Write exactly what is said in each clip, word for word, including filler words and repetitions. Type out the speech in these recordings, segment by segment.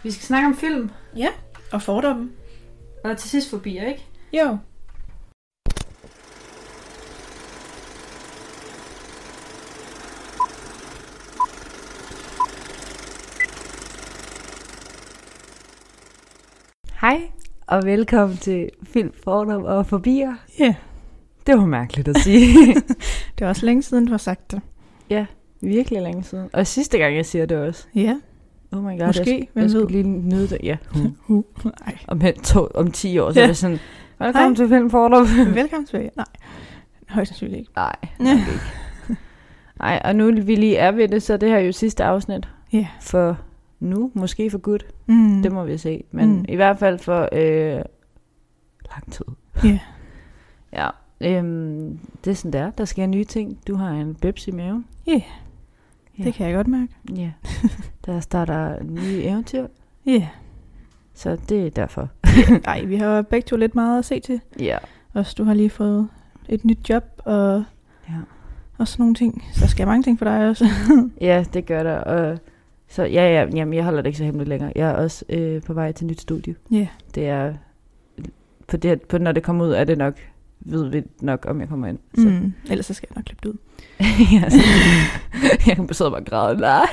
Vi skal snakke om film. Ja, og fordomme. Og til sidst forbi, ikke? Jo. Hej, og velkommen til Film, Fordom og Forbier. Ja. Yeah. Det var mærkeligt at sige. Det er også længe siden, du har sagt det. Ja, virkelig længe siden. Og sidste gang, jeg siger det også. Ja. Oh my god, Måske, jeg, jeg skulle lige nyde det. Ja. Uh, om, to, om ti år, så ja. Er det sådan, velkommen Hej. til Film, Fordom. Velkommen til, nej. Højst sandsynligt ikke. Nej, ja. Ikke. Nej, og nu vi lige er ved det, så det her er jo sidste afsnit. Ja. Yeah. For nu, måske for godt. Mm. Det må vi se. Men mm. i hvert fald for øh, lang tid. Ja. Yeah. Ja. Øhm, det er sådan der. Der sker nye ting. Du har en bebs i maven. Yeah. Ja, det kan jeg godt mærke. Ja. Der starter nye eventyr. Ja. Yeah. Så det er derfor. Nej, vi har begge to lidt meget at se til. Ja. Også du har lige fået et nyt job og, ja. og sådan nogle ting. Så der sker mange ting for dig også. Ja, det gør der. Og så ja, ja, jamen, jeg holder det ikke så hemmeligt længere. Jeg er også øh, på vej til et nyt studie. Ja. Yeah. Det er på det, på når det kommer ud, er det nok ved vi nok, om jeg kommer ind. Så. Mm, ellers så skal jeg nok klippe det ud. Ja, så, jeg kan sidde og bare græde. Nej.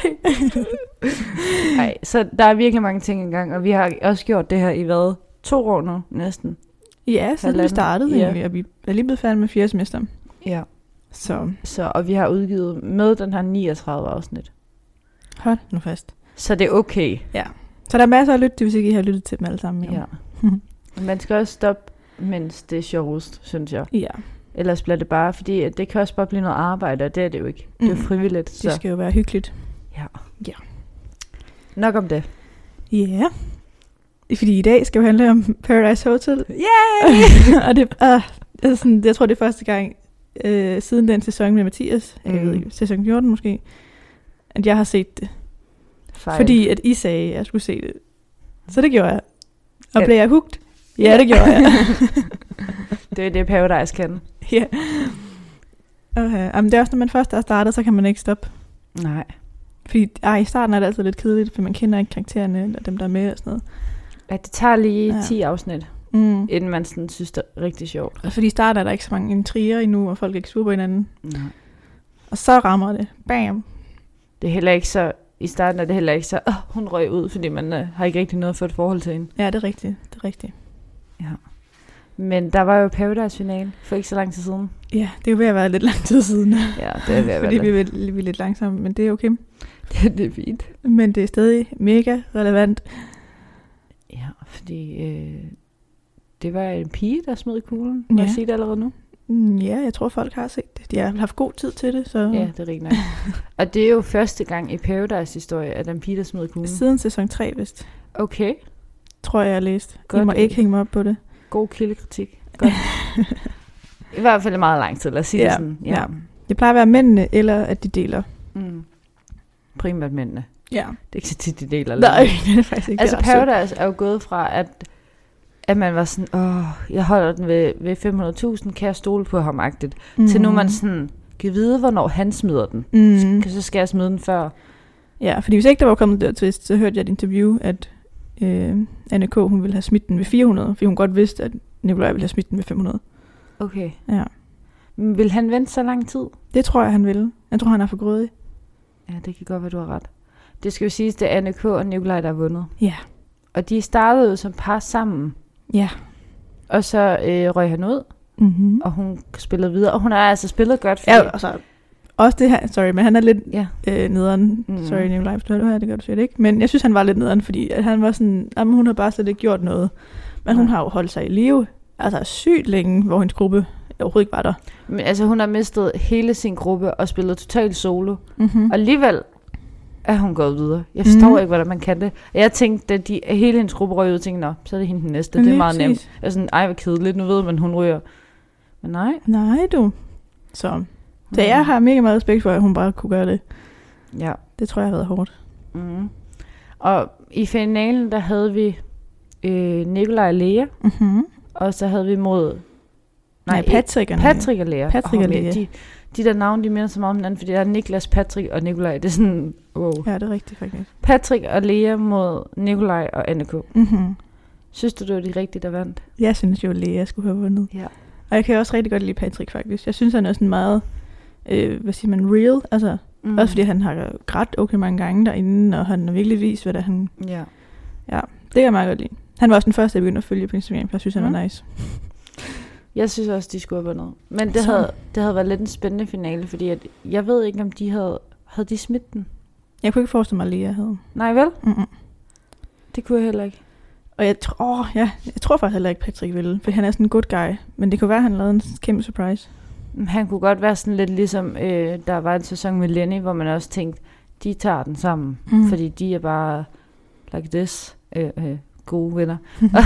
Nej, så der er virkelig mange ting engang, og vi har også gjort det her i hvad? To år nu, næsten. Ja, siden vi startede ja. egentlig, og vi er lige blevet færdige med fjerde semester. Ja. Så. så. Og vi har udgivet med den her niogtredive afsnit. Hold nu fast. Så det er okay. Ja. Så der er masser at lytte til, hvis ikke I har lyttet til dem alle sammen. Ja. Man skal også stoppe, mens det er sjovest, synes jeg. Ja. Ellers bliver det bare, fordi det kan også bare blive noget arbejde, og det er det jo ikke. Det er mm. frivilligt. Så. Det skal jo være hyggeligt. Ja. Ja. Nok om det. Ja. Yeah. Fordi i dag skal jo handle om Paradise Hotel. Yay! Og det er uh, sådan, jeg tror det er første gang uh, siden den sæson med Mathias, mm. jeg ved ikke, sæson fjorten måske, at jeg har set det. Fejl. Fordi at I sagde, at jeg skulle se det. Så det gjorde jeg. Og ja. Blev jeg hooked? Ja, ja, det gjorde jeg. Det er det, Paradise kan. Ja. Okay. Jamen, det er også, når man først er startet, så kan man ikke stoppe. Nej. Fordi ej, i starten er det altid lidt kedeligt, for man kender ikke karaktererne, eller dem, der er med og sådan noget. Ja, det tager lige ja. ti afsnit, mm. inden man sådan synes, det er rigtig sjovt. Fordi i starten er der ikke så mange intriger endnu, og folk er ikke sure på hinanden. Nej. Og så rammer det. Bam. Det er heller ikke så... I starten er det heller ikke så, åh, hun røg ud, fordi man øh, har ikke rigtig noget for et forhold til hende. Ja, det er rigtigt. Det er rigtigt. Ja. Men der var jo Paradise-finale for ikke så lang tid siden. Ja, det er jo ved at være lidt lang tid siden. Ja, det er ved at være fordi vi er, vi er lidt langsomme, men det er okay. Det, det er fint. Men det er stadig mega relevant. Ja, fordi øh, det var en pige, der smed kuglen. Må ja. jeg sige det allerede nu? Ja, jeg tror, folk har set det. De har haft god tid til det. Så. Ja, det er rigtigt nok. Og det er jo første gang i Paradise-historie, at den pige, der smed kuglen. Siden sæson tre, vist. Okay. Tror jeg, jeg har læst. Godt. Jeg må ikke hænge mig op på det. God kildekritik. Godt. I hvert fald meget lang tid, lad os sige ja. det sådan. Ja. ja. Det plejer at være mændene, eller at de deler. Mm. Primært mændene. Ja. Det er ikke så tit, de deler. Nej, det er faktisk ikke. Altså Paradise er jo gået fra, at, at man var sådan, åh, jeg holder den ved, ved fem hundrede tusind, kan jeg stole på ham-agtigt. Mm. Til nu man sådan, kan vide, hvornår han smider den. Mm. Så, så skal jeg smide den før. Ja, fordi hvis ikke der var kommet der twist, så hørte jeg et interview, at øh, Anne K. hun ville have smidt den ved fire hundrede, fordi hun godt vidste, at Nikolaj ville have smidt den ved fem hundrede. Okay. Ja. Men vil han vente så lang tid? Det tror jeg, han vil. Jeg tror, han er for grådig. Ja, det kan godt være, du har ret. Det skal jo siges, det er Anne K. og Nikolaj, der har vundet. Ja. Og de startede jo som par sammen. Ja. Og så øh, røg han ud, mm-hmm. og hun spillede videre. Og hun har altså spillet godt. Fordi... Ja, altså, også det her, sorry, men han er lidt ja. øh, nederen. Mm. Sorry, Nikolaj, forstår du her, det gør du sikkert ikke. Men jeg synes, han var lidt nederen, fordi at han var sådan, jamen, hun har bare slet ikke gjort noget. Men ja. Hun har jo holdt sig i live, altså sygt længe, hvor hendes gruppe overhovedet ikke var der. Men altså, hun har mistet hele sin gruppe og spillet totalt solo. Mm-hmm. Og alligevel er hun gået videre. Jeg forstår mm-hmm. ikke, hvordan man kan det. Jeg tænkte, at de, hele hendes gruppe røg ud, og tænkte, nå, så er det hende den næste. Men det er meget præcis. Nemt. Jeg er sådan, ej, hvor kedeligt, nu ved man, hun ryger. Men nej. Nej, du. Så, så jeg har mega meget respekt for, at hun bare kunne gøre det. Ja. Det tror jeg har været hårdt. Mm. Og i finalen, der havde vi øh, Nikolaj og Lea. Mm-hmm. Og så havde vi mod... Nej, Patrick og Patrick og Lea. Patrick og Lea. De, De der navne, de minder så meget om hinanden, fordi der er Niklas, Patrick og Nikolaj. Det er sådan, wow. Ja, det er rigtigt faktisk. Patrick og Lea mod Nikolaj og Anne K. Mm-hmm. Synes du, det var de rigtige, der vandt? Jeg synes jo, at Lea skulle have vundet. Ja. Og jeg kan også rigtig godt lide Patrick faktisk. Jeg synes, han er sådan meget, øh, hvad siger man, real. Altså, mm. også fordi han har grædt okay mange gange derinde, og han har virkelig vist, hvad der han... Ja. Ja, det kan jeg meget godt lide. Han var også den første, jeg begyndte at følge på Instagram, for jeg synes, han mm. var nice. Jeg synes også, de skulle have vundet. Men det havde, det havde været lidt en spændende finale, fordi at, jeg ved ikke, om de havde... Havde de smidt den? Jeg kunne ikke forestille mig, at Lea havde. Nej, vel? Mm-mm. Det kunne jeg heller ikke. Og jeg, tr- åh, ja, jeg tror faktisk heller ikke, Patrick ville, for han er sådan en good guy. Men det kunne være, at han lavede en kæmpe surprise. Han kunne godt være sådan lidt ligesom, øh, der var en sæson med Lenny, hvor man også tænkte, de tager den sammen, mm. fordi de er bare like this, øh, øh, gode venner.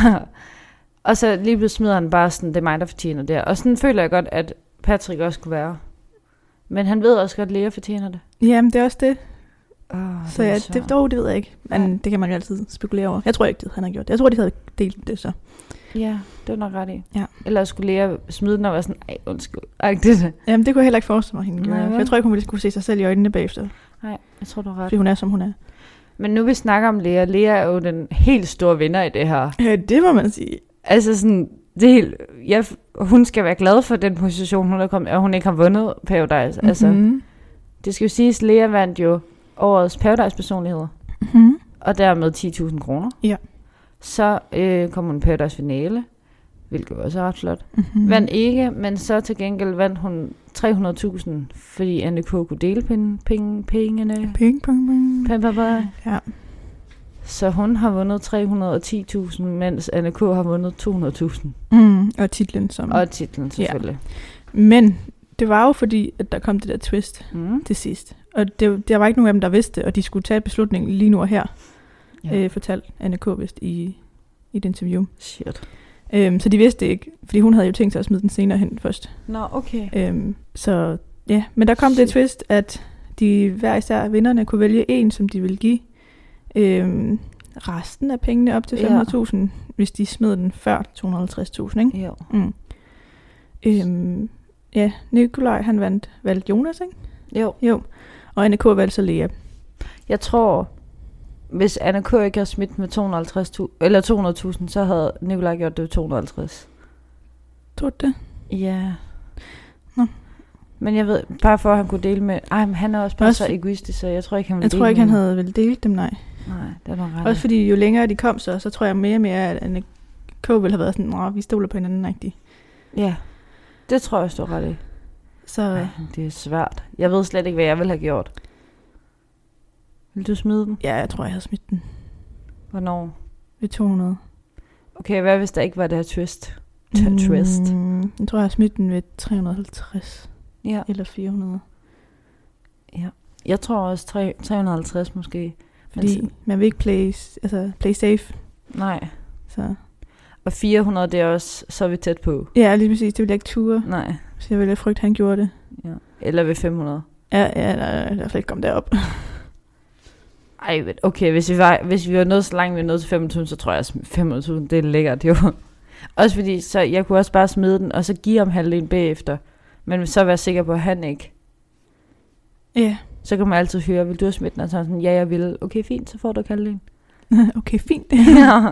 Og så lige pludselig smider han bare sådan, det er mig, der fortjener det. Og sådan føler jeg godt, at Patrick også kunne være. Men han ved også godt, at Lea fortjener det. Jamen, det er også det. Oh, så ja, det, dog, det ved jeg ikke. Men ja. Det kan man jo altid spekulere over. Jeg tror ikke, det han har gjort det. Jeg tror, de havde delt det så. Ja, det var nok ret i. Ja. Eller skulle Lea smide den og være sådan, ej, undskyld. Ej, det. Jamen, det kunne jeg heller ikke forestille mig, hende gjorde. Nej, jeg tror ikke, hun ville kunne se sig selv i øjnene bagefter. Nej, jeg tror, du er ret. Fordi hun er, som hun er. Men nu vi snakker om Lea. Lea er jo den helt store vinder i det her. Ja, det må man sige. Altså sådan, det er helt, jeg, hun skal være glad for den position, hun er kommet, og hun ikke har vundet Paradise. Mm-hmm. Altså, det skal jo siges, Lea vandt jo årets Paradise-personligheder. Mm-hmm. Og dermed ti tusind kroner. Ja. Så øh, kom hun Paradise-finale, hvilket også er ret flot. Mm-hmm. Vandt ikke, men så til gengæld vandt hun tre hundrede tusind, fordi Anne K. kunne dele penge, penge, pengene. Ping, pong, ping. Ping, ping, ping. Ja. Så hun har vundet tre hundrede og ti tusind, mens Anne K. har vundet to hundrede tusind. Mm, og titlen som... Og titlen selvfølgelig. Ja. Men det var jo fordi, at der kom det der twist mm. til sidst. Og det, der var ikke nogen af dem, der vidste, og de skulle tage beslutningen lige nu og her. Ja. Øh, fortalte Anne K. vist i, i et interview. Shit. Øhm, så de vidste det ikke, fordi hun havde jo tænkt sig at smide den senere hen først. Nå, okay. Øhm, så ja, men der kom Shit. det twist, at de hver især vinderne kunne vælge en, som de ville give øhm, resten af pengene op til fem hundrede tusind, ja. Hvis de smed den før to hundrede og halvtreds tusind, ikke? Jo. Mm. Øhm, ja, Nikolaj, han vandt, valgte Jonas, ikke? Jo. Jo. Og Anne K. valgte så Lea. Jeg tror, hvis Anne K. ikke havde smidt med to hundrede og halvtreds tusind, eller to hundrede tusind, så havde Nikolaj gjort det med to hundrede og halvtreds. Tror du det? Ja. Nå. Men jeg ved, bare for at han kunne dele med... Ej, men han er også bare også, så egoistisk, så jeg tror ikke, han ville Jeg dele tror ikke, han med. havde vel delt dem, nej. Nej, det er nok ret. Også fordi jo længere de kom så, så tror jeg mere og mere, at Anne K. ville have været sådan, nå, vi stoler på hinanden rigtigt. Ja, det tror jeg står ret i. Så... Ej, det er svært. Jeg ved slet ikke, hvad jeg ville have gjort. Vil du smide den? Ja, jeg tror, jeg havde smidt den. Hvornår? Ved to hundrede. Okay, hvad hvis der ikke var det her twist? Mm, twist. Jeg tror, jeg har smidt den ved tre hundrede og halvtreds. Ja. Eller fire hundrede. Ja. Jeg tror også tre hundrede og halvtreds måske. Fordi men, man vil ikke play, altså play safe. Nej. Så. Og fire hundrede, det er også, så er vi tæt på. Ja, lige præcis. Det vil jeg ikke ture. Nej. Så jeg ville frygte, han gjorde det. Ja. Eller ved fem hundrede. Ja, ja, nej, jeg vil ikke komme derop. Ej, okay, hvis vi var, hvis vi var nået så langt, vi var nået til fem hundrede tusind, så tror jeg, at fem hundrede tusind, det er lækkert, jo. Også fordi, så jeg kunne også bare smide den, og så give ham halvdelen bagefter. Men så være sikker på, at han ikke. Ja. Yeah. Så kan man altid høre, vil du have smidt den? Og så sådan, ja, jeg vil. Okay, fint, så får du halvdelen. Okay, fint. Ja.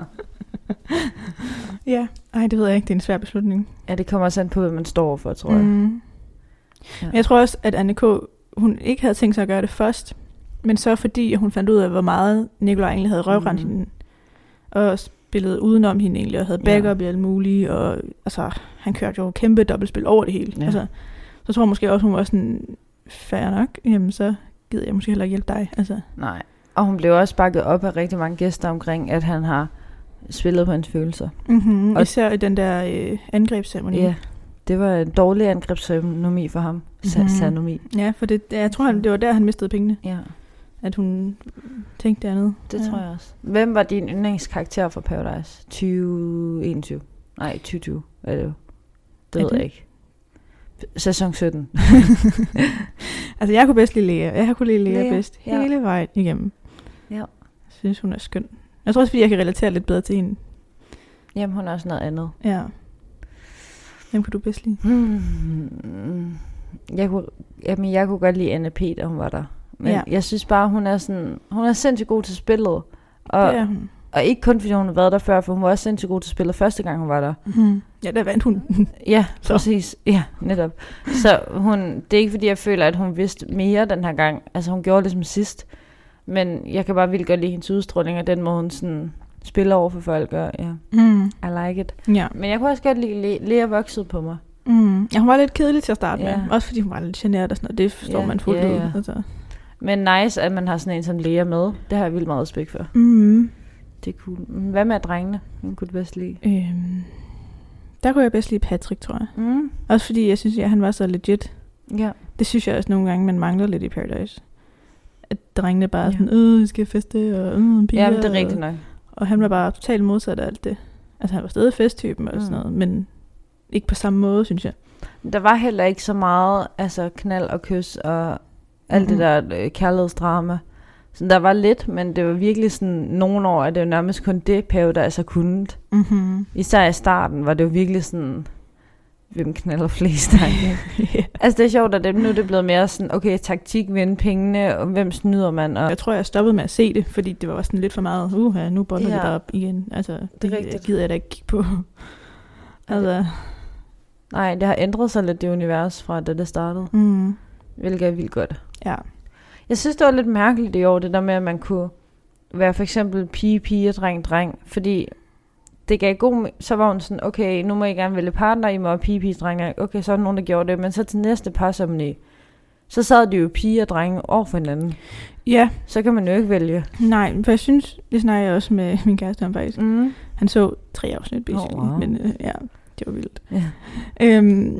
Ja, ej, det ved jeg ikke, det er en svær beslutning. Ja, det kommer også an på, hvad man står for, tror jeg. Mm. Ja. Jeg tror også, at Anne K., hun ikke havde tænkt sig at gøre det først, men så fordi hun fandt ud af, hvor meget Nikolaj egentlig havde røvrendt mm. hende, og spillet udenom hende egentlig, og havde backup ja. i alt muligt, og altså, han kørte jo kæmpe dobbeltspil over det hele. Ja. Altså, så tror jeg måske også, hun var sådan, fair nok, jamen så gider jeg måske heller ikke hjælpe dig. Altså. Nej, og hun blev også bakket op af rigtig mange gæster omkring, at han har spillet på hans følelser. Mm-hmm. Og især i den der øh, angrebsceremoni. Ja, det var en dårlig angrebsceremoni for ham. Mm-hmm. Ceremoni. Ja, for det, jeg tror, han, det var der, han mistede pengene. Ja. At hun tænkte det andet. Det ja. tror jeg også. Hvem var din yndlingskarakter for Paradise? tyve enogtyve Nej, tyve tyve Hvad er det jo? Det ved det? jeg ikke. Sæson sytten Altså, jeg kunne bedst lide Lea. Jeg har kunne lide Lea, Lea bedst ja. hele vejen igennem. Ja. Jeg synes, hun er skøn. Jeg tror også, fordi jeg kan relatere lidt bedre til hende. Jamen, hun er også noget andet. Ja. Hvem kunne du bedst lide? Hmm. jeg kunne, jamen, jeg kunne godt lide Anna P, da hun var der. Men ja. jeg synes bare, hun er sådan, hun er sindssygt god til spillet. Og, det er hun. Og ikke kun fordi hun har været der før, for hun var også sindssygt god til spillet første gang hun var der. Mm. Ja, der vandt hun. Ja, præcis. Ja, netop. Så hun, det er ikke fordi, jeg føler, at hun vidste mere den her gang. Altså hun gjorde det som sidst. Men jeg kan bare vildt godt lide hendes udstråling, og den måde hun sådan spiller over for folk. Og, ja. mm. I like it. Ja. Men jeg kunne også godt lide, at Lea voksede på mig. Mm. Ja, hun var lidt kedelig til at starte ja. med. Også fordi hun var lidt genert og sådan noget. Det forstår ja, man fuldt ja, ud. Ja. Altså. Men nice, at man har sådan en som Lea med. Det har jeg vildt meget respekt for. Mm. Det er cool. Hvad med drengene? Hun kunne du bedst lide? Øhm, der kunne jeg bedst lide Patrick, tror jeg. Mm. Også fordi jeg synes, at han var så legit. Ja. Det synes jeg også nogle gange, man mangler lidt i Paradise. At drengene bare er sådan, øh, vi skal feste, og øh, piger. Ja, men det er rigtigt nok. Og han var bare totalt modsat af alt det. Altså han var stadig festtypen og mm. sådan noget, men ikke på samme måde, synes jeg. Der var heller ikke så meget altså knald og kys og alt mm-hmm. det der øh, kærlighedsdrama. Så der var lidt, men det var virkelig sådan nogle år, at det var nærmest kun det Paradise altså kunne. Mm-hmm. Især i starten var det jo virkelig sådan, hvem knaller flest der. yeah. Altså det er sjovt, at det, nu er det blevet mere sådan, okay, taktik, vinde pengene, og hvem snyder man? Og jeg tror, jeg stoppede med at se det, fordi det var sådan lidt for meget, uh, ja, nu boller ja. det op igen. Altså, det, det er rigtigt. gider jeg da ikke kigge på. altså. Nej, det har ændret sig lidt, det univers, fra da det startede. Mm. Hvilket er vildt godt. Ja. Jeg synes, det var lidt mærkeligt i år, det der med, at man kunne være for eksempel pige, pige, dreng, dreng. Fordi det gav god... Så var hun sådan, okay, nu må I gerne vælge partner, I må være pige, pige, dreng, dreng. Okay, så er der nogen, der gjorde det. Men så til næste parceremoni, så sad de jo pige og drenge over for hinanden. Ja. Så kan man jo ikke vælge. Nej, for jeg synes, det snakker jeg også med min kæreste om faktisk. Mm. Han så tre afsnit, basically. Oh, wow. Men øh, ja, det var vildt. Ja. Øhm,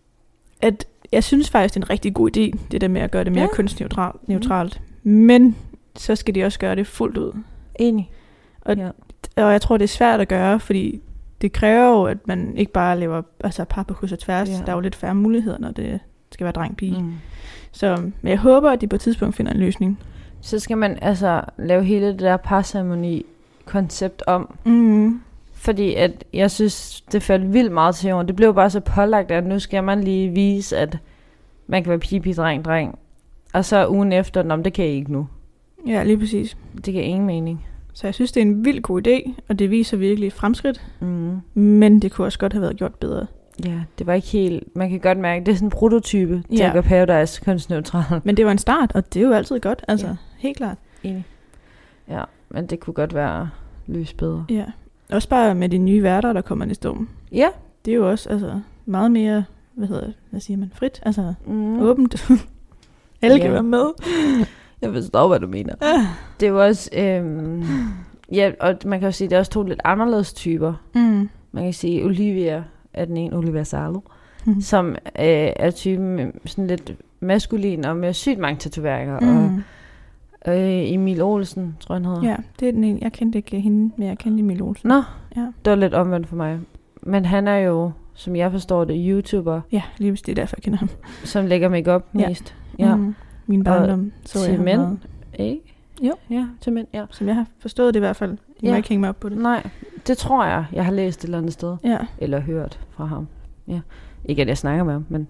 at jeg synes faktisk, det er en rigtig god idé, det der med at gøre det mere ja. kønsneutralt. Neutralt. Mm. Men så skal de også gøre det fuldt ud. Enig. Og, ja. og jeg tror, det er svært at gøre, fordi det kræver jo, at man ikke bare laver altså, par på kryds og tværs. Ja. Der er jo lidt færre muligheder, når det skal være dreng-pige. Mm. Så men jeg håber, at de på et tidspunkt finder en løsning. Så skal man altså lave hele det der parceremoni-koncept om. Mm. Fordi at jeg synes, det faldt vildt meget til jorden. Det blev bare så pålagt, at nu skal man lige vise, at man kan være pige, pige, dreng, dreng. Og så ugen efter, nå, det kan I ikke nu. Ja, lige præcis. Det giver ingen mening. Så jeg synes, det er en vild god idé, og det viser virkelig et fremskridt. Mm. Men det kunne også godt have været gjort bedre. Ja, det var ikke helt... Man kan godt mærke, det er sådan en prototype til ja. at gøre Paradise kønsneutral. Men det var en start, og det er jo altid godt. Altså, ja. Helt klart. Enig. Ja, men det kunne godt være løst bedre. Ja. Også bare med de nye værter, der kommer næste år. Ja. Det er jo også altså, meget mere, hvad hedder hvad siger man, frit, altså mm. åbent. Alle ja. kan være med. Jeg forstår, hvad du mener. Ah. Det er jo også, øhm, ja, og man kan jo sige, det er også to lidt anderledes typer. Mm. Man kan sige, Olivia er den ene, Olivia Salo, mm. som øh, er typen sådan lidt maskulin og med sygt mange tatoveringer. Mm. Og øh, Emil Olsen, tror jeg, han hedder. Ja, det er den ene. Jeg kendte ikke hende, men jeg kendte Emil Olsen. Nå, ja. Det var lidt omvendt for mig. Men han er jo, som jeg forstår det, YouTuber. Ja, lige hvis det er derfor, jeg kender ham. Som lægger make-up mest. Ja. ja. Mm. Min barndom, så til jeg mænd, meget. Ikke? Jo. Ja, til mænd, ja. Som jeg har forstået det i hvert fald. Jeg ja. må ikke hænge mig op på det. Nej, det tror jeg. Jeg har læst et eller andet sted. Ja. Eller hørt fra ham. Ja. Ikke at jeg snakker med ham, men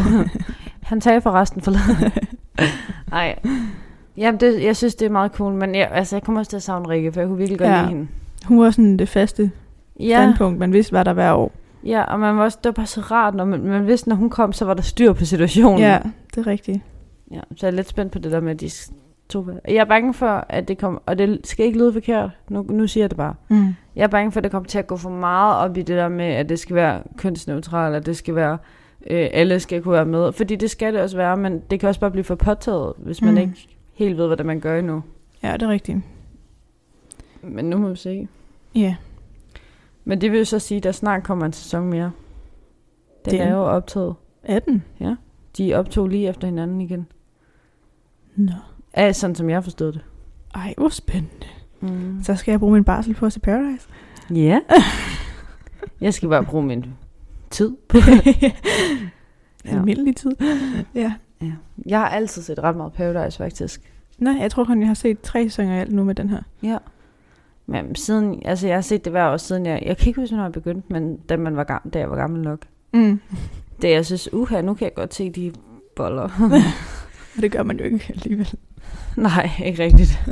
han tager forresten forladet. Nej. Jamen, det, jeg synes, det er meget cool, men jeg, altså, jeg kommer også til at savne Rikke, for jeg kunne virkelig godt ja. lide hende. Hun var sådan det faste ja. standpunkt, man vidste, hvad der hver år. Ja, og man var også, det var bare så rart, når man, man vidste, når hun kom, så var der styr på situationen. Ja, det er rigtigt. Ja, så jeg er lidt spændt på det der med, at de to... Jeg er bange for, at det kommer... Og det skal ikke lyde forkert. Nu, nu siger jeg det bare. Mm. Jeg er bange for, at det kommer til at gå for meget op i det der med, at det skal være kønsneutralt, at det skal være... Øh, alle skal kunne være med. Fordi det skal det også være, men det kan også bare blive for påtaget, hvis man mm. ikke helt ved, hvad det man gør endnu. Ja, det er rigtigt. Men nu må vi se. Ja. Yeah. Men det vil jo så sige, at der snart kommer en sæson mere. Den det er jo optaget. atten? Ja. De optog lige efter hinanden igen. Nå. Ja, sådan som jeg forstod det. Ej, hvor spændende. Mm. Så skal jeg bruge min barsel på at se Paradise? Ja. Jeg skal bare bruge min tid på ja. Almindelig tid. Ja. Ja. Jeg har altid set ret meget Paradise, faktisk. Nej, jeg tror kun, jeg har set tre sæsoner i alt nu med den her. Ja. Men siden, altså jeg har set det hver år siden, jeg, jeg kan ikke huske, når jeg begyndte, men da, man var gammel, da jeg var gammel nok. Mm. Det jeg synes, uha, nu kan jeg godt se de boller. Og det gør man jo ikke alligevel. Nej, ikke rigtigt.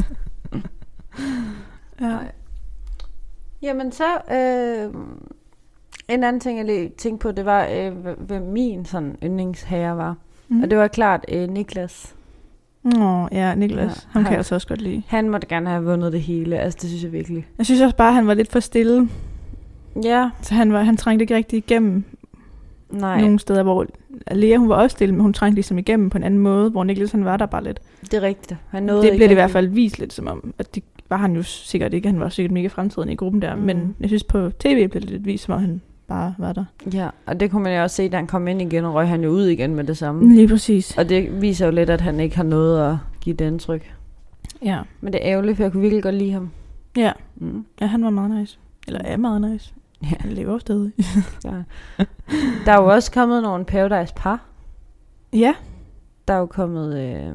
Ja. Nej. Jamen så, øh, en anden ting, jeg lige tænkte på, det var, øh, hvem min sådan yndlingsherre var. Mm. Og det var klart øh, Niklas. Åh, ja, Niklas. Ja, ham kan han, jeg altså også godt lide. Han måtte gerne have vundet det hele, altså det synes jeg virkelig. Jeg synes også bare, at han var lidt for stille. Ja. Så han, var, han trængte ikke rigtig igennem. Nej. Nogle steder, hvor Lea, hun var også stille, men hun trængte ligesom igennem på en anden måde, hvor Niklas, han var der bare lidt. Det er rigtigt. Han nåede det blev det i hvert rigtig. fald vist lidt som om, at det var han jo sikkert ikke. Han var sikkert mega fremtiden i gruppen der, mm. men jeg synes på tv blev det lidt vist, som om han bare var der. Ja, og det kunne man jo også se, da han kom ind igen, og røg han jo ud igen med det samme. Lige præcis. Og det viser jo lidt, at han ikke har noget at give det indtryk. Ja. Men det er ærgerligt, for jeg kunne virkelig godt lide ham. Ja, mm. ja han var meget nice. Eller er meget nice. Ja. Han lever stadig. Ja. Der er jo også kommet nogle Paradise par. Ja. Der er jo kommet øh,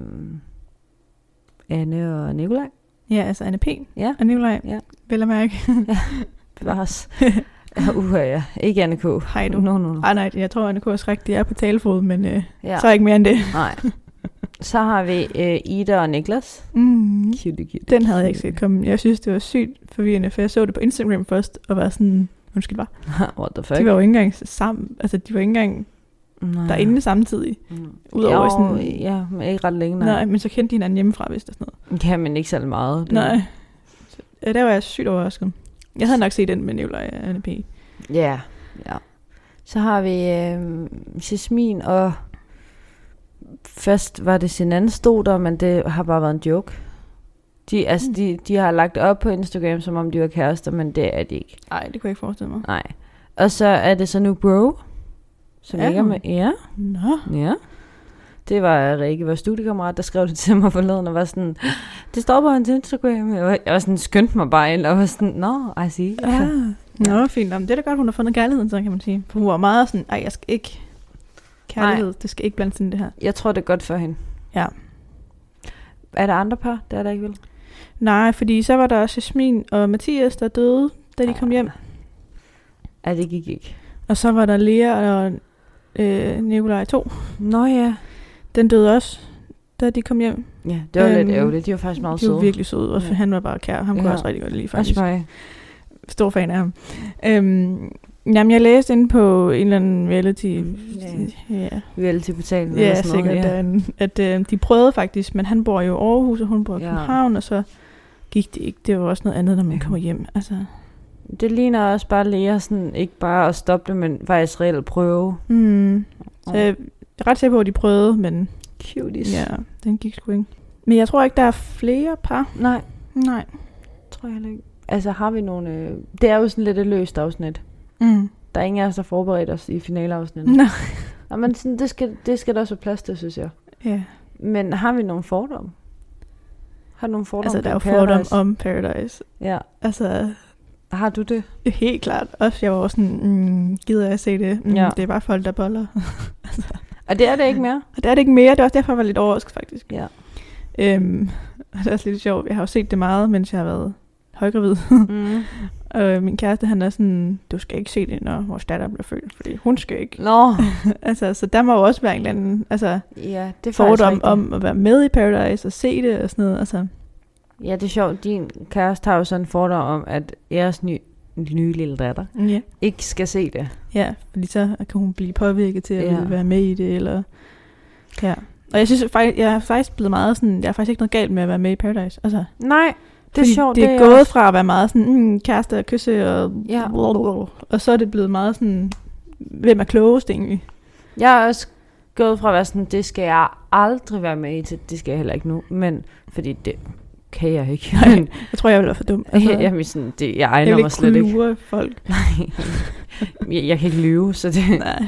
Anne og Nikolaj. Ja, altså Anne P. Ja. Og Nikolaj. Ja. Vel at mærke. Ja, bevares. Uha, ja. Ikke Anne K. Hej du. No, no, no. Ej, nej, jeg tror, Anne K. er rigtig er på talefod, men øh, ja. så er ikke mere end det. Nej. Så har vi øh, Ida og Niklas. Mm. Cute, cute. Den havde jeg ikke set komme. Jeg synes, det var sygt forvirrende, for jeg så det på Instagram først, og var sådan, undskyld bare. What the fuck? De var jo ikke engang sammen, altså de var ikke engang Nej. derinde samtidig. Mm. Udover jo, sådan, ja, men ikke ret længe. Nej, nej, men så kendte de hinanden hjemmefra, hvis der sådan noget. Kan man ikke særlig meget. Det. Nej. Ja, der var jeg sygt overrasket. Jeg havde nok set den med Nikolaj og Anne P. Ja, ja. Så har vi øh, Jasmin, og først var det sin anden stod der, men det har bare været en joke. De, altså, mm. de, de har lagt op på Instagram, som om de var kærester, men det er de ikke. Nej, det kunne jeg ikke forestille mig. Nej. Og så er det så nu Bro, som ja. ikke er med. Ja. Nå. Ja. Det var Rikke, vores studiekammerat, der skrev det til mig forleden, og var sådan, det står på hans Instagram. Jeg var, jeg var sådan, skyndte mig bare ind, og var sådan, nå, I see. Ja. Ja. Nå, fint. Jamen, det er da godt, hun har fundet kærligheden, så kan man sige. For hun var meget sådan, ej, jeg skal ikke, kærlighed, Nej. det skal ikke blande sådan det her. Jeg tror, det er godt for hende. Ja. Er der andre par? Det er der ikke vel? Nej, fordi så var der også Jasmin og Mathias, der døde, da de ja. kom hjem. Ja, det gik ikke. Og så var der Lea og øh, Nikolaj to. Nå ja. Den døde også, da de kom hjem. Ja, det var øhm, lidt ærgerligt. De var faktisk meget søde. søde. De var virkelig søde, og ja. han var bare kær. Ham kunne ja. også rigtig godt lide, faktisk. Også mig. Stor fan af ham. Øhm, jamen, jeg læste inde på en eller anden reality... Ja. ja. Reality-portalen. Ja, sikkert. Ja. At, at øh, de prøvede faktisk, men han bor jo i Aarhus, og hun bor i ja. København, og så gik det ikke. Det var også noget andet, når man ja. kommer hjem. Altså... Det ligner også bare Lea, sådan ikke bare at stoppe det, men faktisk reelt prøve. Mm. Så jeg er ret sikker på, at de prøvede, men... Cuties. Ja, den gik sgu ikke. Men jeg tror ikke, der er flere par. Nej. Nej. Tror jeg ikke. Altså har vi nogle... Øh... Det er jo sådan lidt et løst afsnit. Mm. Der er ingen af os, der forbereder os i finaleafsnittet. Nej. Ja, men sådan, det, skal, det skal der også være plads til, synes jeg. Ja. Men har vi nogle fordomme? Har du nogle fordomme Altså, der er jo Paradise? fordomme om Paradise. Ja. Altså... Har du det? Helt klart. Også jeg var også sådan, mm, gider jeg at se det? Mm, ja. Det er bare folk, der boller. altså. Og det er det ikke mere? Og det er det ikke mere. Det er også derfor, jeg var lidt overrasket, faktisk. Ja. Øhm, og det er også lidt sjovt. Jeg har jo set det meget, mens jeg har været højgravid. mm. Og min kæreste, han er sådan, du skal ikke se det, når vores datter bliver født, fordi hun skal ikke. Nå. altså, så der må jo også være en eller anden altså, ja, det er fordom om at være med i Paradise og se det og sådan noget. Altså. Ja, det er sjovt. Din kæreste har jo sådan en fordom om, at jeres ny, nye lille datter ja. ikke skal se det. Ja, fordi så kan hun blive påvirket til at ja. være med i det. Eller... Ja. Og jeg synes faktisk, jeg er faktisk blevet meget sådan, jeg er faktisk ikke noget galt med at være med i Paradise. Altså, nej, det er sjovt. Det er, det er gået også fra at være meget sådan, mm, kæreste og kysse og... Ja. Og så er det blevet meget sådan, hvem er klogest egentlig? Jeg er også gået fra at være sådan, det skal jeg aldrig være med i, til det skal jeg heller ikke nu. Men, fordi det... kan jeg ikke. Nej, jeg tror, jeg vil være for dum. Altså, jeg, sådan, det, jeg egner mig slet ikke. Jeg vil ikke folk. Nej, jeg, jeg kan ikke lyve, så det... Nej.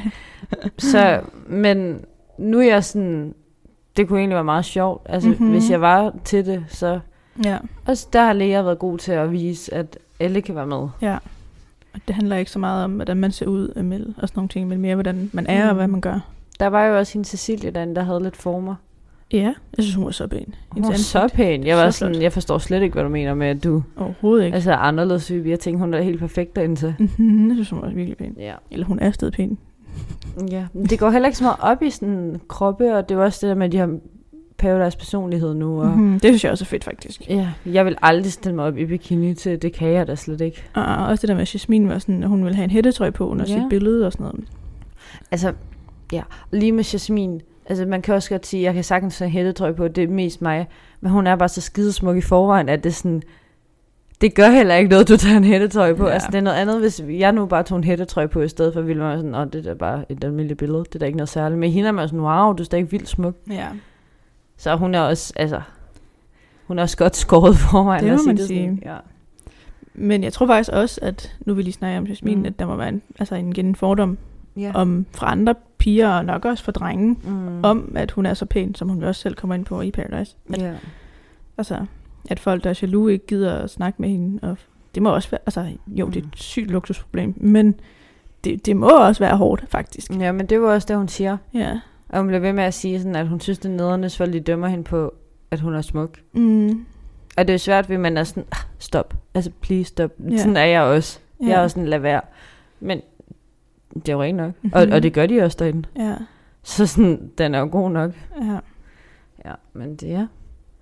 så, men nu er jeg sådan... Det kunne egentlig være meget sjovt. Altså, mm-hmm. hvis jeg var til det, så... Ja. Også der har Lea været god til at vise, at alle kan være med. Ja. Og det handler ikke så meget om, hvordan man ser ud med, og sådan nogle ting, men mere, hvordan man er, mm. og hvad man gør. Der var jo også hende Cecilie derinde, der havde lidt former. Ja, jeg synes, hun var så pæn. Hun var så pæn. Jeg var så sådan, jeg forstår slet ikke, hvad du mener med, at du... Overhovedet ikke. Altså anderledes syg. Jeg tænkte, hun er helt perfekt derinde til. Mm-hmm, jeg synes, hun var virkelig pæn. Ja. Eller hun er stadig pæn. Ja, men det går heller ikke så meget op i sådan kroppe, og det er også det der med, at de har Paradise personlighed nu. Og mm-hmm. Det synes jeg også er fedt, faktisk. Ja, jeg vil aldrig stille mig op i bikini til, det kan jeg da slet ikke. Og også det der med, at Jasmine var sådan, at hun ville have en hættetrøje på under ja. sit billede og sådan noget. Altså, ja, lige med Jasmine, altså man kan også godt sige, at jeg kan sagtens have en hættetrøje på, det er mest mig, men hun er bare så skidesmuk i forvejen, at det sådan, det gør heller ikke noget, du tager en hættetrøje på. Ja. Altså det er noget andet, hvis jeg nu bare tog en hættetrøje på, i stedet for, ville man sådan, åh, det er bare et almindeligt billede, det er da ikke noget særligt. Men hende er man sådan, wow, du er stadig vildt smuk. Ja. Så hun er også, altså, hun er også godt skåret forvejen. Det må man det sige. Ja. Men jeg tror faktisk også, at nu vil lige snakke om Jasmine, mm. at der må være en, altså en, en fordom ja. om fra andre piger, og nok også fra drenge, mm. om at hun er så pæn, som hun også selv kommer ind på i Paradise. At, ja. Altså, at folk, der er jaloux, ikke gider at snakke med hende. Og det må også være, altså jo, det er et sygt luksusproblem, men det, det må også være hårdt, faktisk. Ja, men det var også det, hun siger. Ja. Og hun bliver ved med at sige, sådan, at hun synes, det er nederne, så de dømmer hende på, at hun er smuk. Mm. Og det er svært, ved man er sådan, ah, stop, altså please stop. Ja. Sådan er jeg også. Ja. Jeg er også sådan, lad være. Men det er jo rent nok. Mm-hmm. Og, og det gør de også derinde. Ja. Så sådan, den er jo god nok. Ja. Ja, men det er...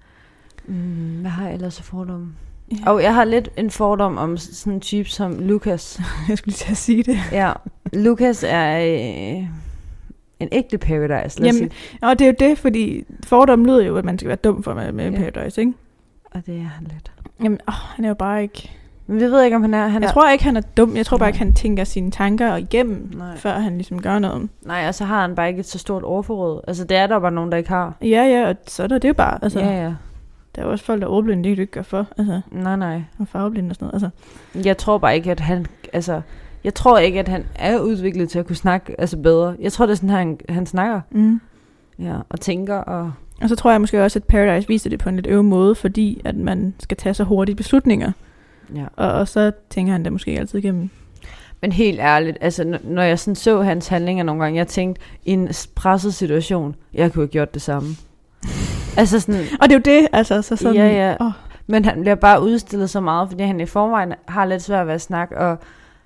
Mm, hvad har jeg ellers af fordomme? Ja. Og jeg har lidt en fordom om sådan en type som Lucas. Jeg skulle lige til at sige det. Ja, Lucas er øh, en ægte Paradise, lad os Jamen, sige. Og det er jo det, fordi fordom lyder jo, at man skal være dum for med, med ja. Paradise, ikke? Og det er han lidt. Jamen, åh, han er jo bare ikke... Men vi ved ikke, om han er... Han jeg er... tror ikke, han er dum. Jeg tror bare ikke, han tænker sine tanker igennem, Nej. før han ligesom gør noget. Nej, og så har han bare ikke et så stort overforråd. Altså, det er der bare nogen, der ikke har. Ja, ja, og så er der det jo bare. Altså, ja, ja. Der er jo også folk, der er ordblinde, det kan du ikke gøre for. Altså, nej, nej. Og farveblinde og sådan noget. Altså. Jeg tror bare ikke, at han... Altså, jeg tror ikke, at han er udviklet til at kunne snakke altså bedre. Jeg tror, det er sådan, han, han snakker. Mm. Ja, og tænker og... Og så tror jeg måske også, at Paradise viser det på en lidt øve måde, fordi at man skal tage så hurtige beslutninger. Ja. Og, og så tænker han det måske ikke altid igennem. Men helt ærligt, altså n- når jeg sådan så hans handlinger nogle gange, jeg tænkte, i en presset situation, jeg kunne have gjort det samme. Altså sådan, og det er jo det, altså så sådan. Ja, ja. Oh. Men han bliver bare udstillet så meget, fordi han i forvejen har lidt svært ved at snakke, og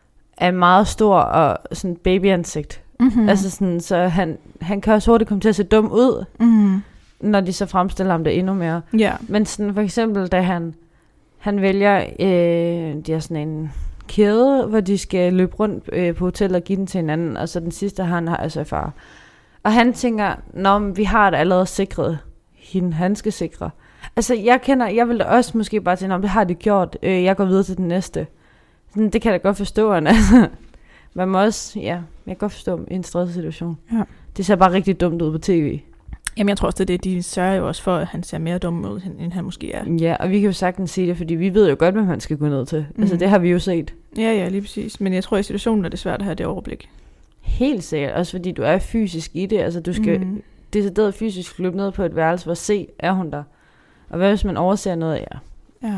er meget stor og sådan babyansigt. Mm-hmm. Altså sådan, så han, han kan også hurtigt komme til at se dum ud, mm-hmm. når de så fremstiller ham det endnu mere. Yeah. Men sådan for eksempel, da han, han vælger, øh, de har sådan en kæde, hvor de skal løbe rundt øh, på hotellet og give den til hinanden, og så den sidste, han har altså far. Og han tænker, nå, men vi har det allerede sikret. Hende, han skal sikre. Altså, jeg kender, jeg vil da også måske bare tænke, om det har de gjort. Øh, jeg går videre til den næste. Sådan, det kan jeg da godt forstå, altså. Man må også, ja, jeg kan godt forstå i en stresset situation. Ja. Det ser bare rigtig dumt ud på tv. Jamen, jeg tror også, det er det, de sørger jo også for, at han ser mere dum ud, end han måske er. Ja, og vi kan jo sagtens sige det, fordi vi ved jo godt, hvad man skal gå ned til. Mm. Altså, det har vi jo set. Ja, ja, lige præcis. Men jeg tror, i situationen er det svært at have det overblik. Helt sikkert, også fordi du er fysisk i det. Altså, du skal mm. decideret fysisk løbe ned på et værelse, hvor se, er hun der? Og hvad hvis man overser noget af jer? Ja.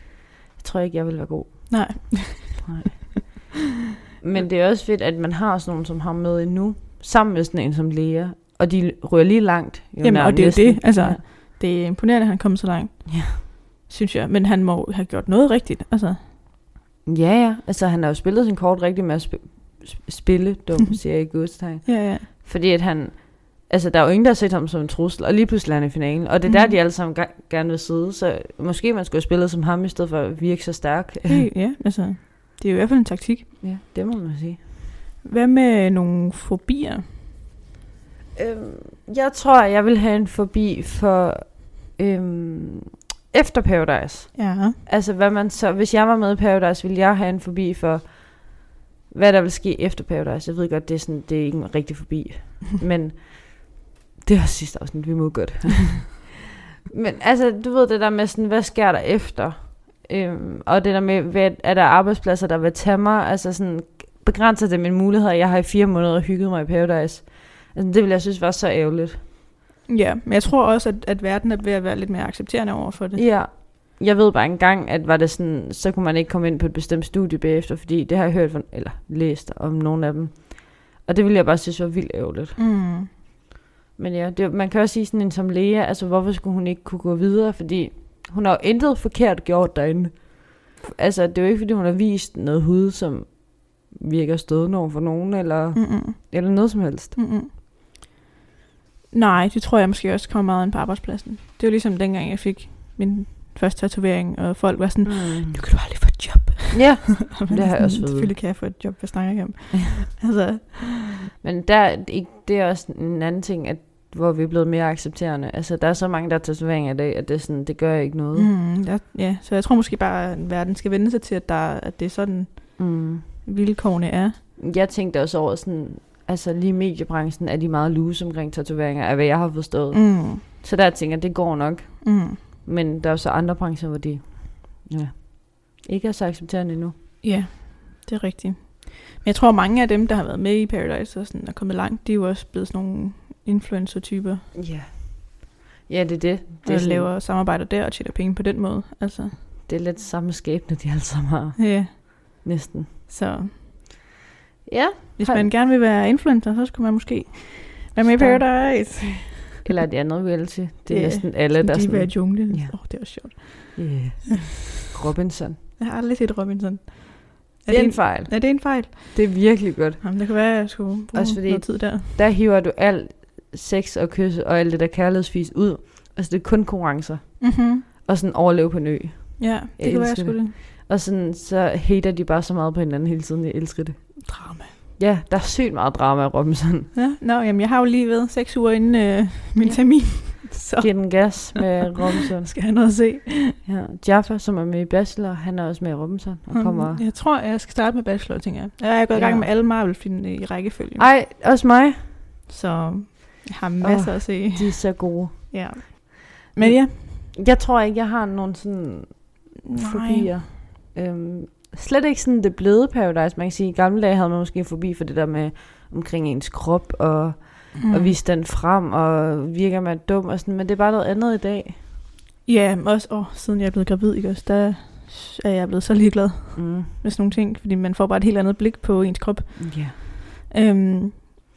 Jeg tror ikke, jeg vil være god. Nej. Nej. Men det er også fedt, at man har sådan nogen, som har med endnu, sammen med sådan en som Lea. Og de rører lige langt. Jo. Jamen, og det er jo det. Altså, ja. Det er imponerende, at han kom så langt. Ja. Synes jeg. Men han må have gjort noget rigtigt. Altså. Ja, ja. Altså, han har jo spillet sin kort rigtigt med at sp- spille, dum, siger jeg i godstegn. Ja, ja. Fordi at han... Altså, der er jo ingen, der har set ham som en trussel, og lige pludselig er han i finalen. Og det er der, mm. de alle sammen g- gerne vil sidde. Så måske man skulle have spillet som ham, i stedet for at virke så stærk. Hey, ja, altså... Det er jo i hvert fald en taktik. Ja, det må man sige. Hvad med nogle fobier? Øhm, jeg tror, jeg vil have en fobi for øhm, efter Paradise. Ja. Altså, hvad man så... Hvis jeg var med i Paradise, ville jeg have en fobi for, hvad der vil ske efter Paradise. Jeg ved godt, det er, sådan, det er ikke en rigtig fobi. Men det er også sidste afsnit, vi må godt. Men altså, du ved det der med sådan, hvad sker der efter? Øhm, og det der med, hvad, er der arbejdspladser, der vil tage mig? Altså sådan, begrænser det mine muligheder. Jeg har i fire måneder hygget mig i Paradise. Altså, det vil jeg synes var så ærgerligt. Ja, men jeg tror også, at, at verden er ved at være lidt mere accepterende over for det. Ja, jeg ved bare engang, at var det sådan, så kunne man ikke komme ind på et bestemt studie bagefter, fordi det har jeg hørt, eller læst om nogle af dem. Og det ville jeg bare synes var vildt ærgerligt. Mm. Men ja, det, man kan også sige sådan en som Lea, altså hvorfor skulle hun ikke kunne gå videre, fordi hun har jo intet forkert gjort derinde. Altså, det er jo ikke, fordi hun har vist noget hud, som virker stødende over for nogen, eller, Mm-mm. eller noget som helst. Mm-mm. Nej, det tror jeg måske også kommer meget ind på arbejdspladsen. Det var ligesom dengang, jeg fik min første tatovering, og folk var sådan, mm. nu kan du aldrig få et job. Ja, det har jeg også fået. Selvfølgelig kan jeg få et job, hvad snakker jeg om. altså. Men der, det er også en anden ting, at hvor vi er blevet mere accepterende. Altså, der er så mange, der har tatoveringer i dag, at det, sådan, det gør ikke noget. Mm, ja, ja, så jeg tror måske bare, at verden skal vende sig til, at, der, at det er sådan, mm. vilkårene er. Jeg tænkte også over sådan, altså lige mediebranchen er de meget loose omkring tatoveringer, af hvad jeg har forstået. Mm. Så der tænker jeg, det går nok. Mm. Men der er jo så andre brancher, hvor de ja, ikke er så accepterende endnu. Ja, det er rigtigt. Men jeg tror, mange af dem, der har været med i Paradise og sådan, er kommet langt, de er jo også blevet sådan nogle influencer-typer. Ja. Ja, det er det. Det der sådan, laver samarbejder der og tjener penge på den måde. Altså. Det er lidt samme skæbne, de alle sammen har. Ja. Næsten. Så ja. Hvis man gerne vil være influencer, så skulle man måske være med i Paradise. Eller det andet reality. Det er yeah. næsten alle, der de sådan... De er i junglen. Ja. Oh, det er også sjovt. Yeah. Robinson. Jeg har aldrig set Robinson. Er det, det en fejl? Er det en fejl? Det er virkelig godt. Jamen, det kan være, at jeg skulle bruge fordi, noget tid der. Der hiver du alt sex og kys og alt det der kærlighedsfis ud. Altså, det er kun konkurrencer. Mm-hmm. Og sådan overleve på en ø. Ja, det jeg kan være, jeg skulle det. Og sådan, så hater de bare så meget på hinanden hele tiden. Jeg elsker det. Drama. Ja, der er sygt meget drama i Robinson. Ja, nå, jamen jeg har jo lige været seks uger inden øh, min ja. termin. Så. Giv den gas med Robinson. Skal han noget at se. Ja, Jaffa, som er med i Bachelor, han er også med i Robinson. Og mm, kommer... Jeg tror, jeg skal starte med Bachelor, tænker jeg. Jeg er gået i gang ja. med alle Marvel-filmene i rækkefølge. Ej, også mig. Så jeg har masser oh, at se. De er så gode. Ja. Men ja. Jeg tror ikke, jeg har nogen sådan fobier. Øhm, slet ikke sådan det bløde Paradise. Man kan sige, i gamle dage havde man måske forbi for det der med omkring ens krop og, mm. og vise den frem og virker man dum og sådan. Men det er bare noget andet i dag. Ja, også åh, siden jeg er blevet gravid, ikke også, der er jeg blevet så ligeglad mm. med sådan nogle ting. Fordi man får bare et helt andet blik på ens krop. Ja. Yeah. Øhm,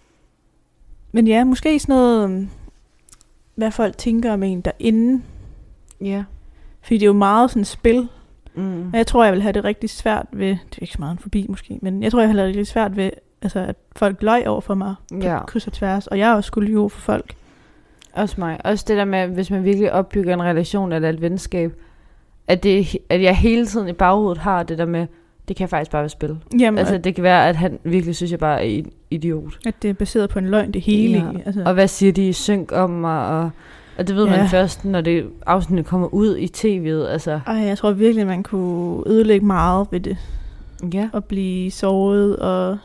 men ja, måske sådan noget, hvad folk tænker om en derinde. Ja. Yeah. Fordi det er jo meget sådan spil. Mm. Og jeg tror, jeg vil have det rigtig svært ved, det er ikke så meget en forbi måske, men jeg tror, jeg vil have det rigtig svært ved, altså, at folk løg over for mig på ja. kryds og tværs, og jeg også skulle lyve for folk. Også mig. Også det der med, hvis man virkelig opbygger en relation eller et venskab, at, det, at jeg hele tiden i baghovedet har det der med, det kan faktisk bare være spil. Jamen, altså, det kan være, at han virkelig synes, jeg bare er en idiot. At det er baseret på en løgn, det hele. Ja. Altså. Og hvad siger de i synk om mig, og... Og det ved ja. man først, når det afsnittet kommer ud i tv'et. Altså. Ej, jeg tror virkelig, man kunne ødelægge meget ved det. Ja. Og blive såret, og,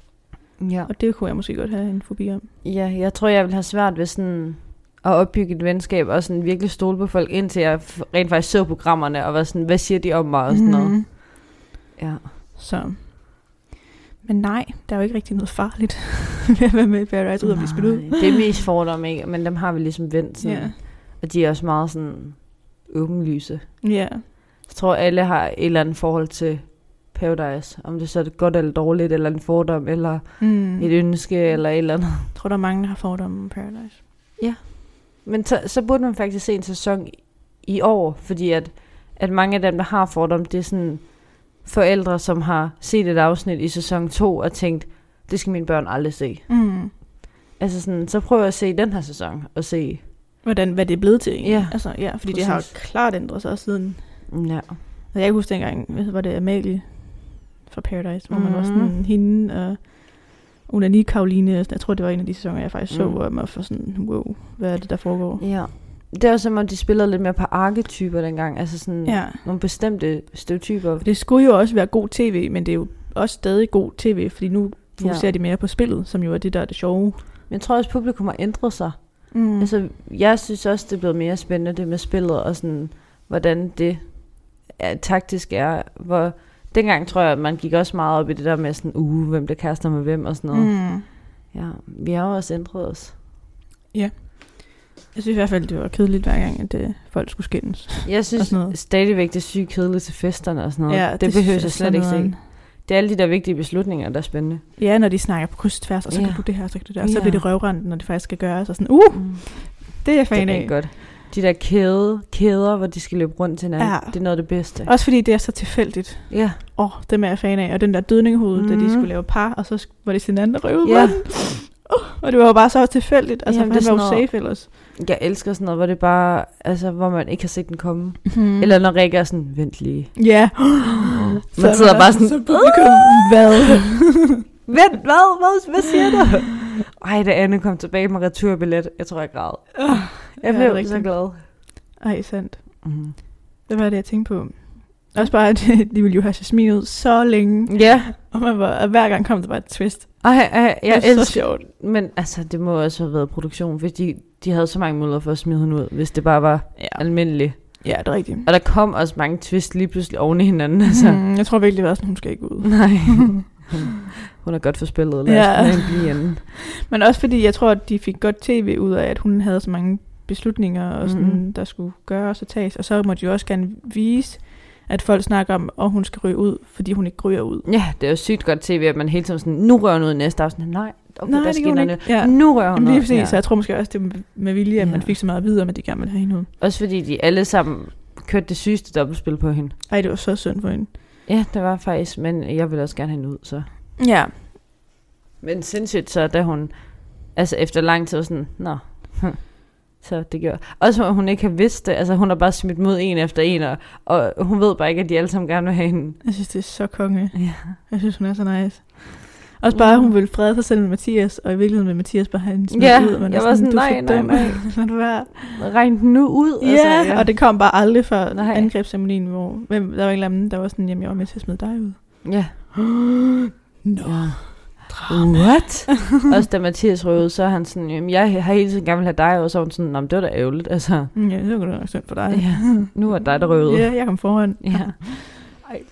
ja. og det kunne jeg måske godt have en fobi om. Ja, jeg tror, jeg vil have svært ved sådan at opbygge et venskab, og sådan virkelig stole på folk, indtil jeg rent faktisk så programmerne, og var sådan, hvad siger de om mig, og sådan mm. noget. Ja. Så... Men nej, der er jo ikke rigtig noget farligt ved at være med i Paradise, ud og blive spillet ud. Det er mest fordomme, ikke? Men dem har vi ligesom vendt sådan. Yeah. Og de er også meget sådan åbenlyse. Ja. Yeah. Jeg tror, alle har et eller andet forhold til Paradise. Om det så er godt eller dårligt, eller en fordom, eller mm. et ønske, eller et eller andet. Jeg tror, der er mange, der har fordomme om Paradise. Ja. Men så, så burde man faktisk se en sæson i år, fordi at, at mange af dem, der har fordomme, det er sådan... forældre, som har set et afsnit i sæson to og tænkt, det skal mine børn aldrig se. Mm. Altså sådan, så prøv at se den her sæson og se... Hvordan, hvad det er blevet til. Ja, altså, ja fordi præcis. Det har jo klart ændret sig siden. Ja. Altså, jeg kan huske dengang, var det Amalie fra Paradise, hvor mm. man var sådan hende og Unani Karoline. Jeg tror, det var en af de sæsoner, jeg faktisk så, mm. hvor man var sådan, wow, hvad er det, der foregår? Ja. Det er også som om, de spillede lidt mere på arketyper dengang. Altså sådan ja. nogle bestemte stereotyper. Det skulle jo også være god tv, men det er jo også stadig god tv, fordi nu fokuserer ja. de mere på spillet, som jo er det, der er det sjove. Men jeg tror også, publikum har ændret sig. Mm. Altså, jeg synes også, det er blevet mere spændende, det med spillet, og sådan, hvordan det er, taktisk er. Hvor, dengang tror jeg, at man gik også meget op i det der med sådan, uh, hvem der kaster med hvem, og sådan noget. Mm. Ja, vi har jo også ændret os. Ja. Jeg synes i hvert fald, det var kedeligt hver gang, at det, folk skulle skændes. Jeg synes stadigvæk, det er sygt kedeligt til festerne og sådan noget. Ja, det, det behøver jeg slet ikke se. Det er alle de der vigtige beslutninger, der er spændende. Ja, når de snakker på kryds og tværs, og så ja. kan du det her, så kan du det der. Og så ja. bliver det røvrende, når det faktisk skal gøres. Og sådan, uh, mm. det er jeg fan af. Det er godt. De der kæde, kæder, hvor de skal løbe rundt til hinanden. Ja. Det er noget af det bedste. Også fordi det er så tilfældigt. Ja. Åh, oh, dem er jeg fan af. Og den der dødningehoved, mm. da de skulle lave par, og så var det sin anden, der røv ud. Ja. Oh, og det var jo bare så tilfældigt. Altså, Jamen, han var jo noget, safe ellers. Jeg elsker sådan noget, hvor det bare, altså, hvor man ikke har set den komme. Mm. Eller når Rikke er sådan, vent lige. Ja. Man så sidder bare sådan, så publikum, hvad? Vent, hvad? hvad? Hvad siger du? Ej, da Anne kom tilbage med returbillet, jeg tror, jeg græd. Oh, jeg blev ja, så glad. Ej, sandt. Mm. Det var det, jeg tænkte på. Også bare, at de ville jo have Jasmine ud så længe. Ja. Og man var, og hver gang kom der bare et twist. Ej, ej, jeg det er så sjovt. Men altså, det må også have været produktion, hvis de, de havde så mange muligheder for at smide hende ud, hvis det bare var ja. almindeligt. Ja, det er rigtigt. Og der kom også mange twist lige pludselig oven i hinanden. Altså. Mm, jeg tror virkelig, det var sådan, hun skal ikke ud. Nej. Hun er godt for spillet. Lad ja. os blive inde. Men også fordi, jeg tror, at de fik godt tv ud af, at hun havde så mange beslutninger, og sådan, mm. der skulle gøres og tages. Og så måtte de også gerne vise, at folk snakker om, at hun skal ryge ud, fordi hun ikke ryger ud. Ja, det er jo sygt godt tv, at man hele tiden sådan, nu rører hun ud i næste afsnit. Nej, okay, Nej, der sker noget. Ja. Nu rører hun ud. Lige præcis, ja. Så jeg tror måske også, det var med vilje, at ja. man fik så meget at vide om, at de gerne ville have hende ud. Også fordi de alle sammen kørte det sygeste dobbeltspil på hende. Ej, det var så synd for hende. Ja, det var faktisk, men jeg ville også gerne have hende ud, så. Ja. Men sindssygt så, da hun, altså efter lang tid var sådan, nå, så det gjorde. Også at hun ikke har vidst det, altså hun har bare smidt mod en efter en, og, og hun ved bare ikke, at de alle sammen gerne vil have hende. Jeg synes, det er så konge. Ja. Jeg synes, hun er så nice. Også bare, hun ville frede sig selv med Mathias, og i virkeligheden med Mathias bare have hende smidt ja, ud. Men jeg var sådan, nej, nej, nej. Lad du være. Regn den nu ud. Ja, altså, ja, og det kom bare aldrig fra angrebsceremonien, hvor hvem, der var en eller anden, der var sådan, jamen jeg var med til at smide dig ud. Ja. Nå. Ja. What? Også da Mathias røvede, så er han sådan, jamen, jeg har hele tiden gerne vil have dig, og så var han sådan, nå, det var da ærgerligt, altså. Ja, det var da nok synd for dig. Ja, nu er dig, der røvede. Ja, jeg kom foran. Ja. Ej.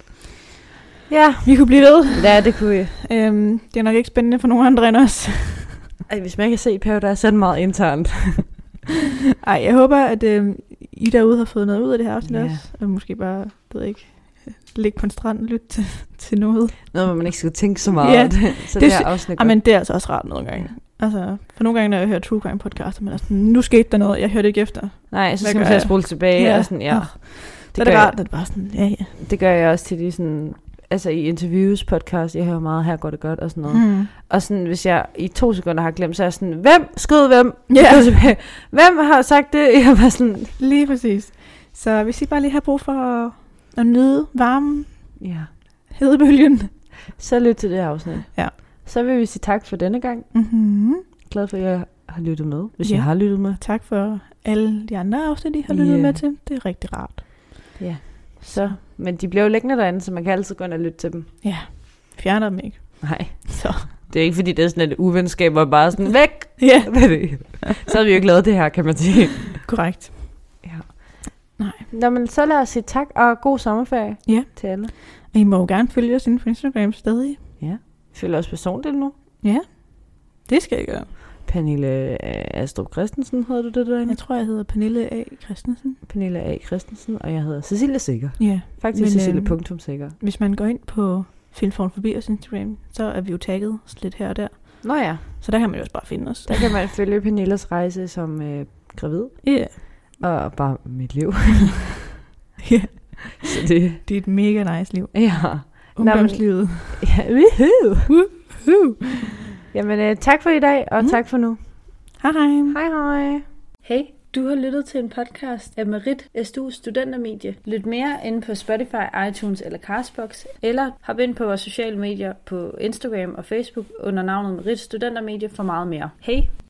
Ja. Vi kunne blive ved. Ja, det kunne vi. Øhm, det er nok ikke spændende for nogen andre end os. Ej, hvis man kan se Pave, der er sådan meget internt. Ej, jeg håber, at øhm, I derude har fået noget ud af det her afsnit ja. også. Og måske bare, ved ikke, ligge på en strand og lytte til, til noget. Noget, hvor man ikke skal tænke så meget. Ja, det, så det, det her afsnit. Ja, men det er altså også rart nogle gange. Altså, for nogle gange, når jeg hører True Crime podcast, man er sådan, nu skete der noget, jeg hørte ikke efter. Nej, så skal man til at spole tilbage. Ja. Og sådan, ja. Oh. Det så er det rart, det er bare sådan, ja, ja. Det gør jeg også til de sådan, altså i interviews podcast, jeg hører meget, her går det godt og sådan noget. Mm. Og sådan, hvis jeg i to sekunder har glemt, så er jeg sådan, hvem skød hvem? Yeah. Hvem har sagt det? Jeg var sådan, lige præcis. Så hvis I bare lige har brug for at, at nyde varmen, ja. hedebølgen, så lyt til det her afsnit. Ja. Så vil vi sige tak for denne gang. Mm-hmm. Glad for, at jeg har lyttet med, hvis ja. jeg har lyttet med. Tak for alle de andre afsnit, I har lyttet yeah. med til. Det er rigtig rart. Ja, så. Men de bliver jo liggende derinde, så man kan altid gå ind og lytte til dem. Ja, fjerner dem ikke. Nej. Så. Det er ikke, fordi det er sådan et uvenskab, og bare sådan, væk! Ja. Så har vi jo ikke lavet det her, kan man sige. Korrekt. Ja. Nej. Nå, men så lad os sige tak, og god sommerferie ja. til alle. Og I må jo gerne følge os inde på Instagram stadig. Ja. Følger os personligt nu. Ja, det skal jeg gøre. Pernille Astrup Christensen hedder du det derinde? Jeg tror, jeg hedder Pernille A. Christensen. Pernille A. Christensen, og jeg hedder Cecilia Sikker. Ja. Faktisk Cecilia punktum Sikker. Hvis man går ind på Filmform Forbi os Instagram, så er vi jo tagget lidt her og der. Nå ja. Så der kan man jo også bare finde os. Der kan man følge Pernilles rejse som øh, gravid. Ja. Yeah. Og bare mit liv. Ja. Yeah. Så det... det er et mega nice liv. Ja. Ungdomslivet. Ja, woohoo. Woohoo. Jamen, øh, tak for i dag, og mm. tak for nu. Hej hej. Hej hej. Hey, du har lyttet til en podcast af Merit S D U Studentermedie. Lyt mere inde på Spotify, iTunes eller Castbox, eller hop ind på vores sociale medier på Instagram og Facebook under navnet Merit Studentermedie for meget mere. Hej.